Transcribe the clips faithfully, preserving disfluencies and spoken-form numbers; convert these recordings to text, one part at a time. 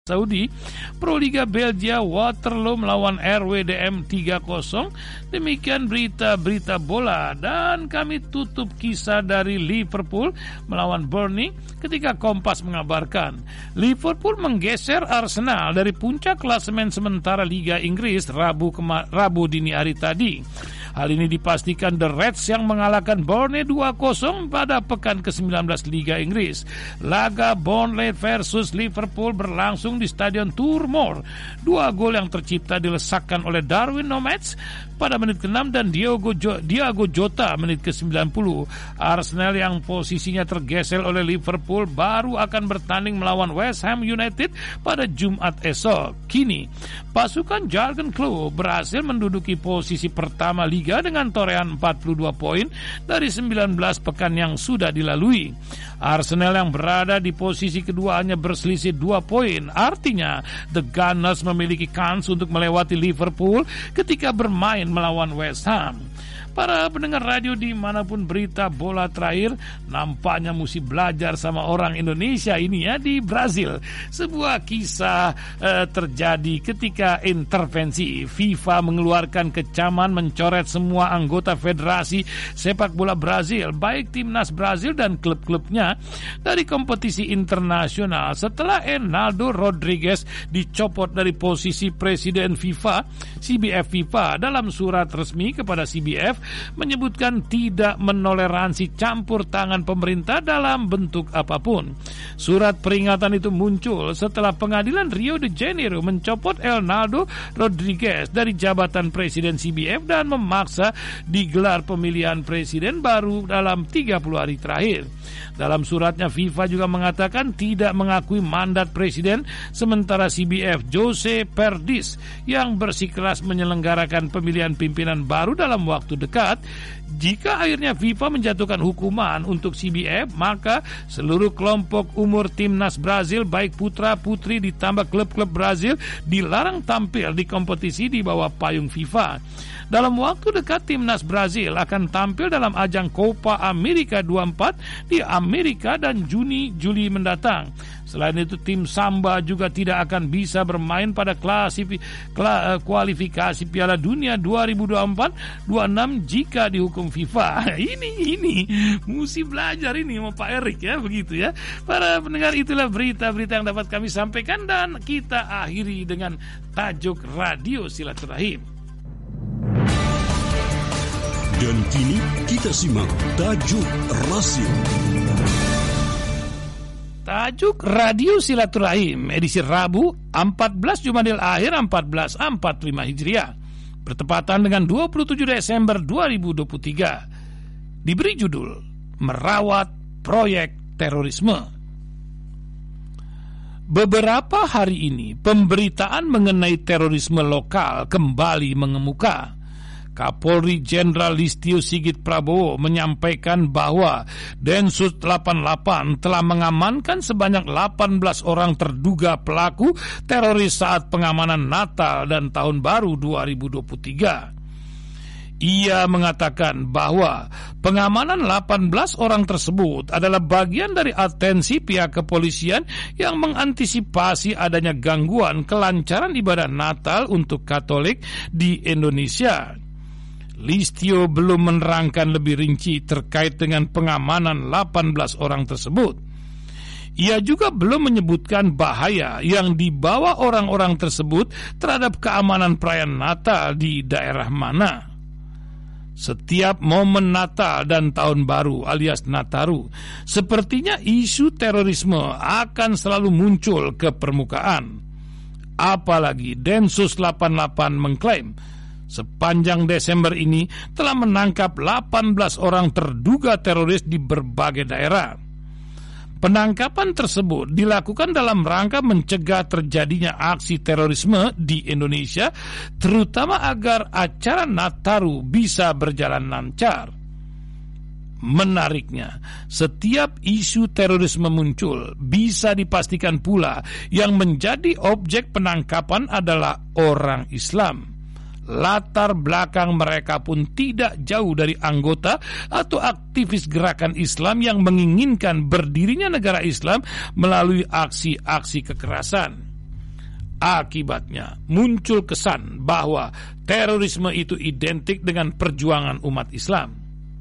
Saudi. Proliga Belgia Waterloo melawan R W D M tiga kosong. Demikian berita-berita bola. Dan kami tutup kisah dari Liverpool melawan Burnley ketika Kompas mengabarkan Liverpool menggeser Arsenal dari puncak klasemen sementara Liga Inggris Rabu, kema- Rabu dini hari tadi. Hal ini dipastikan The Reds yang mengalahkan Burnley dua kosong pada pekan ke sembilan belas Liga Inggris. Laga Burnley versus Liverpool berlangsung di Stadion Turmoor. Dua gol yang tercipta dilesakkan oleh Darwin Núñez pada menit keenam dan Diogo, jo- Diogo Jota menit ke sembilan puluh. Arsenal yang posisinya tergeser oleh Liverpool baru akan bertanding melawan West Ham United pada Jumat esok. Kini, pasukan Jurgen Klopp berhasil menduduki posisi pertama Liga dengan torehan empat puluh dua poin dari sembilan belas pekan yang sudah dilalui. Arsenal yang berada di posisi kedua hanya berselisih dua poin. Artinya, The Gunners memiliki kans untuk melewati Liverpool ketika bermain melawan West Ham. Para pendengar radio dimanapun berita bola terakhir, nampaknya mesti belajar sama orang Indonesia ini ya di Brazil. Sebuah kisah eh, terjadi ketika intervensi FIFA mengeluarkan kecaman mencoret semua anggota federasi sepak bola Brazil, baik timnas Brazil dan klub-klubnya dari kompetisi internasional setelah Reinaldo Rodrigues dicopot dari posisi presiden FIFA, C B F FIFA. Dalam surat resmi kepada C B F menyebutkan tidak menoleransi campur tangan pemerintah dalam bentuk apapun. Surat peringatan itu muncul setelah pengadilan Rio de Janeiro mencopot Reinaldo Rodrigues dari jabatan presiden C B F dan memaksa digelar pemilihan presiden baru dalam tiga puluh hari terakhir. Dalam suratnya FIFA juga mengatakan tidak mengakui mandat presiden sementara C B F Jose Perdis yang bersikeras menyelenggarakan pemilihan pimpinan baru dalam waktu dekat. Jika akhirnya FIFA menjatuhkan hukuman untuk C B F, maka seluruh kelompok umur timnas Brazil baik putra putri ditambah klub-klub Brazil dilarang tampil di kompetisi di bawah payung FIFA. Dalam waktu dekat timnas Brazil akan tampil dalam ajang Copa America dua puluh empat di Amerika dan Juni Juli mendatang. Selain itu tim Samba juga tidak akan bisa bermain pada klasifi, kla, kualifikasi Piala Dunia dua ribu dua puluh empat dua puluh enam jika dihukum FIFA. Ini ini mesti belajar ini sama Pak Erik ya, begitu ya. Para pendengar, itulah berita-berita yang dapat kami sampaikan dan kita akhiri dengan tajuk Radio Silaturahim. Dan kini kita simak tajuk Rasim. Tajuk Radio Silaturahim edisi Rabu empat belas Jumadil Akhir seribu empat ratus empat puluh lima Hijriah bertepatan dengan dua puluh tujuh Desember dua ribu dua puluh tiga. Diberi judul Merawat Proyek Terorisme. Beberapa hari ini pemberitaan mengenai terorisme lokal kembali mengemuka. Kapolri Jenderal Listio Sigit Prabowo menyampaikan bahwa Densus delapan puluh delapan telah mengamankan sebanyak delapan belas orang terduga pelaku teroris saat pengamanan Natal dan Tahun Baru dua ribu dua puluh tiga. Ia mengatakan bahwa pengamanan delapan belas orang tersebut adalah bagian dari atensi pihak kepolisian yang mengantisipasi adanya gangguan kelancaran ibadah Natal untuk Katolik di Indonesia. Listio belum menerangkan lebih rinci terkait dengan pengamanan delapan belas orang tersebut. Ia juga belum menyebutkan bahaya yang dibawa orang-orang tersebut terhadap keamanan perayaan Natal di daerah mana. Setiap momen Natal dan Tahun Baru alias Nataru, sepertinya isu terorisme akan selalu muncul ke permukaan. Apalagi Densus delapan puluh delapan mengklaim sepanjang Desember ini telah menangkap delapan belas orang terduga teroris di berbagai daerah. Penangkapan tersebut dilakukan dalam rangka mencegah terjadinya aksi terorisme di Indonesia, terutama agar acara Nataru bisa berjalan lancar. Menariknya, setiap isu terorisme muncul, bisa dipastikan pula yang menjadi objek penangkapan adalah orang Islam. Latar belakang mereka pun tidak jauh dari anggota atau aktivis gerakan Islam yang menginginkan berdirinya negara Islam melalui aksi-aksi kekerasan. Akibatnya muncul kesan bahwa terorisme itu identik dengan perjuangan umat Islam.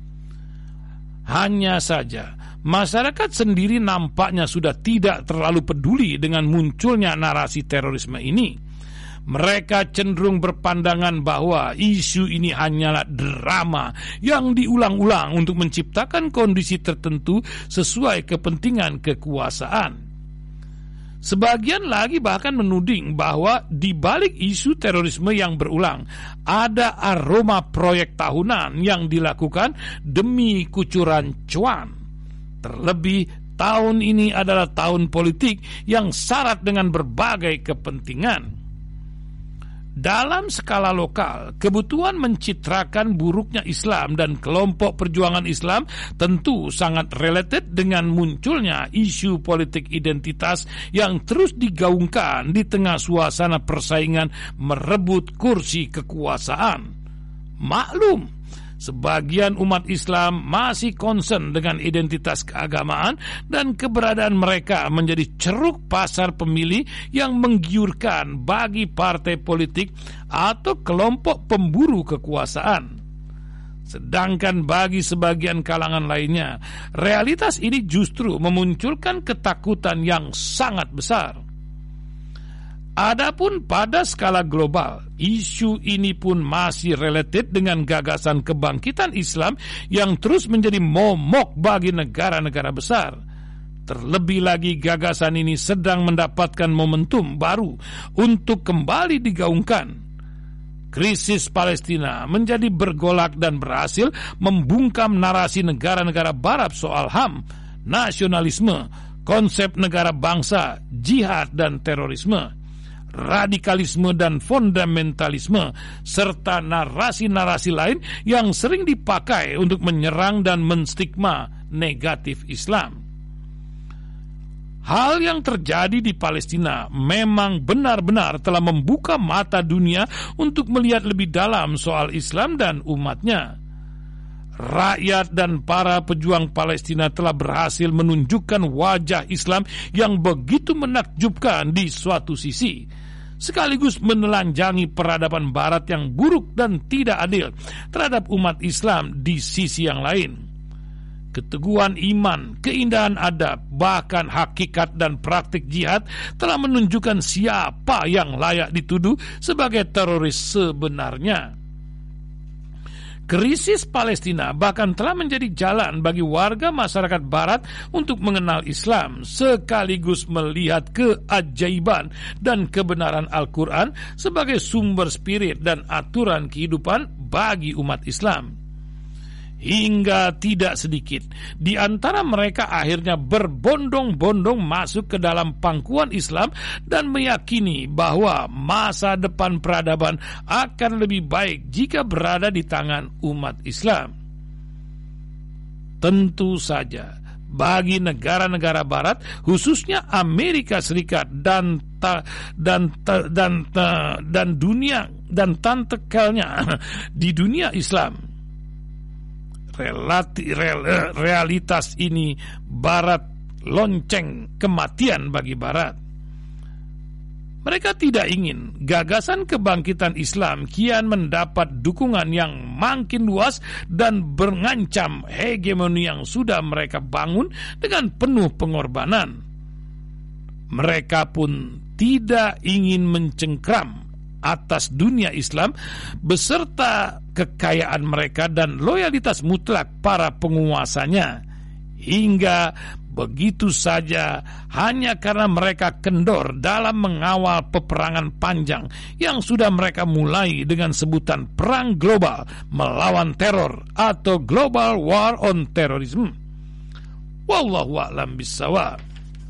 Hanya saja masyarakat sendiri nampaknya sudah tidak terlalu peduli dengan munculnya narasi terorisme ini. Mereka cenderung berpandangan bahwa isu ini hanyalah drama yang diulang-ulang untuk menciptakan kondisi tertentu sesuai kepentingan kekuasaan. Sebagian lagi bahkan menuding bahwa di balik isu terorisme yang berulang ada aroma proyek tahunan yang dilakukan demi kucuran cuan. Terlebih tahun ini adalah tahun politik yang syarat dengan berbagai kepentingan. Dalam skala lokal, kebutuhan mencitrakan buruknya Islam dan kelompok perjuangan Islam tentu sangat related dengan munculnya isu politik identitas yang terus digaungkan di tengah suasana persaingan merebut kursi kekuasaan. Maklum, sebagian umat Islam masih concern dengan identitas keagamaan dan keberadaan mereka menjadi ceruk pasar pemilih yang menggiurkan bagi partai politik atau kelompok pemburu kekuasaan. Sedangkan bagi sebagian kalangan lainnya, realitas ini justru memunculkan ketakutan yang sangat besar. Adapun pada skala global, isu ini pun masih related dengan gagasan kebangkitan Islam yang terus menjadi momok bagi negara-negara besar. Terlebih lagi gagasan ini sedang mendapatkan momentum baru untuk kembali digaungkan. Krisis Palestina menjadi bergolak dan berhasil membungkam narasi negara-negara barat soal H A M, nasionalisme, konsep negara bangsa, jihad dan terorisme, radikalisme dan fundamentalisme, serta narasi-narasi lain yang sering dipakai untuk menyerang dan menstigma negatif Islam. Hal yang terjadi di Palestina memang benar-benar telah membuka mata dunia untuk melihat lebih dalam soal Islam dan umatnya. Rakyat dan para pejuang Palestina telah berhasil menunjukkan wajah Islam yang begitu menakjubkan di suatu sisi, sekaligus menelanjangi peradaban Barat yang buruk dan tidak adil terhadap umat Islam di sisi yang lain. Keteguhan iman, keindahan adab, bahkan hakikat dan praktik jihad telah menunjukkan siapa yang layak dituduh sebagai teroris sebenarnya. Krisis Palestina bahkan telah menjadi jalan bagi warga masyarakat Barat untuk mengenal Islam, sekaligus melihat keajaiban dan kebenaran Al-Quran sebagai sumber spirit dan aturan kehidupan bagi umat Islam. Hingga tidak sedikit di antara mereka akhirnya berbondong-bondong masuk ke dalam pangkuan Islam dan meyakini bahwa masa depan peradaban akan lebih baik jika berada di tangan umat Islam. Tentu saja bagi negara-negara Barat, khususnya Amerika Serikat dan ta, dan ta, dan ta, dan dunia dan tantekelnya di dunia Islam, Relati, real, realitas ini Barat lonceng kematian bagi Barat. Mereka tidak ingin gagasan kebangkitan Islam kian mendapat dukungan yang makin luas dan mengancam hegemoni yang sudah mereka bangun dengan penuh pengorbanan. Mereka pun tidak ingin mencengkram atas dunia Islam beserta kekayaan mereka dan loyalitas mutlak para penguasanya, hingga begitu saja hanya karena mereka kendor dalam mengawal peperangan panjang yang sudah mereka mulai dengan sebutan perang global melawan teror atau Global War on Terrorism. Wallahu a'lam bishawab.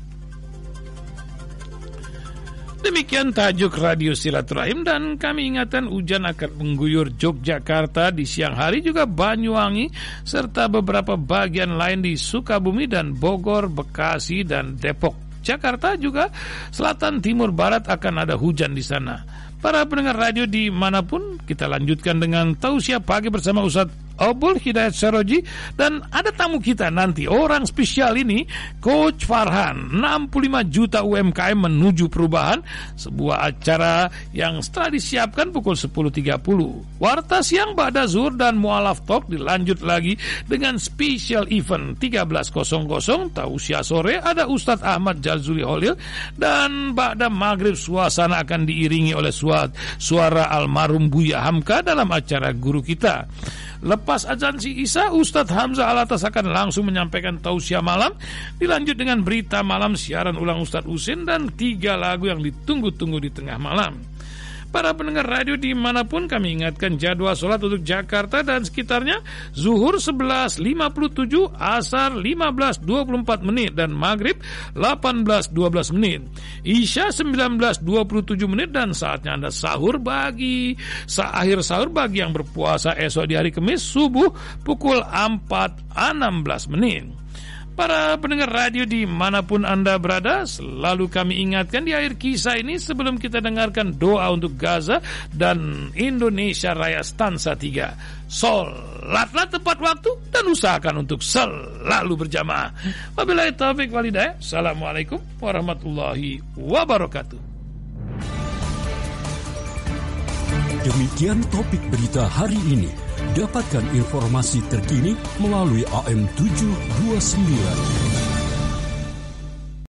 Demikian tajuk Radio Silaturahim, dan kami ingatkan hujan akan mengguyur Yogyakarta di siang hari, juga Banyuwangi serta beberapa bagian lain di Sukabumi dan Bogor, Bekasi dan Depok. Jakarta juga selatan, timur, barat akan ada hujan di sana. Para pendengar radio dimanapun, kita lanjutkan dengan tausiah pagi bersama Ustaz Obul Hidayat Seroji, dan ada tamu kita nanti, orang spesial ini, Coach Farhan. Enam puluh lima juta U M K M menuju perubahan, sebuah acara yang setelah disiapkan pukul sepuluh tiga puluh. Warta siang Ba'da Zuhur dan Mu'alaf Talk dilanjut lagi dengan special event tiga belas nol nol. Tausiah sore ada Ustadz Ahmad Jazuli Holil, dan Ba'da Maghrib suasana akan diiringi oleh suara almarhum Buya Hamka dalam acara guru kita. Lepas azan si Isa, Ustadz Hamzah Alatas akan langsung menyampaikan tausiah malam, dilanjut dengan berita malam, siaran ulang Ustadz Husin, dan tiga lagu yang ditunggu-tunggu di tengah malam. Para pendengar radio dimanapun, kami ingatkan jadwal sholat untuk Jakarta dan sekitarnya. Zuhur sebelas lima puluh tujuh, Asar lima belas dua puluh empat menit, dan Maghrib delapan belas dua belas menit. Isya sembilan belas dua puluh tujuh menit, dan saatnya Anda sahur bagi sa akhir sahur bagi yang berpuasa esok di hari Kamis, subuh pukul empat enam belas menit. Para pendengar radio dimanapun Anda berada, selalu kami ingatkan di akhir kisah ini sebelum kita dengarkan doa untuk Gaza dan Indonesia Raya stansa tiga. Sholatlah tepat waktu dan usahakan untuk selalu berjamaah. Wabillahi taufiq wal hidayah. Assalamualaikum warahmatullahi wabarakatuh. Demikian topik berita hari ini. Dapatkan informasi terkini melalui A M tujuh dua puluh sembilan.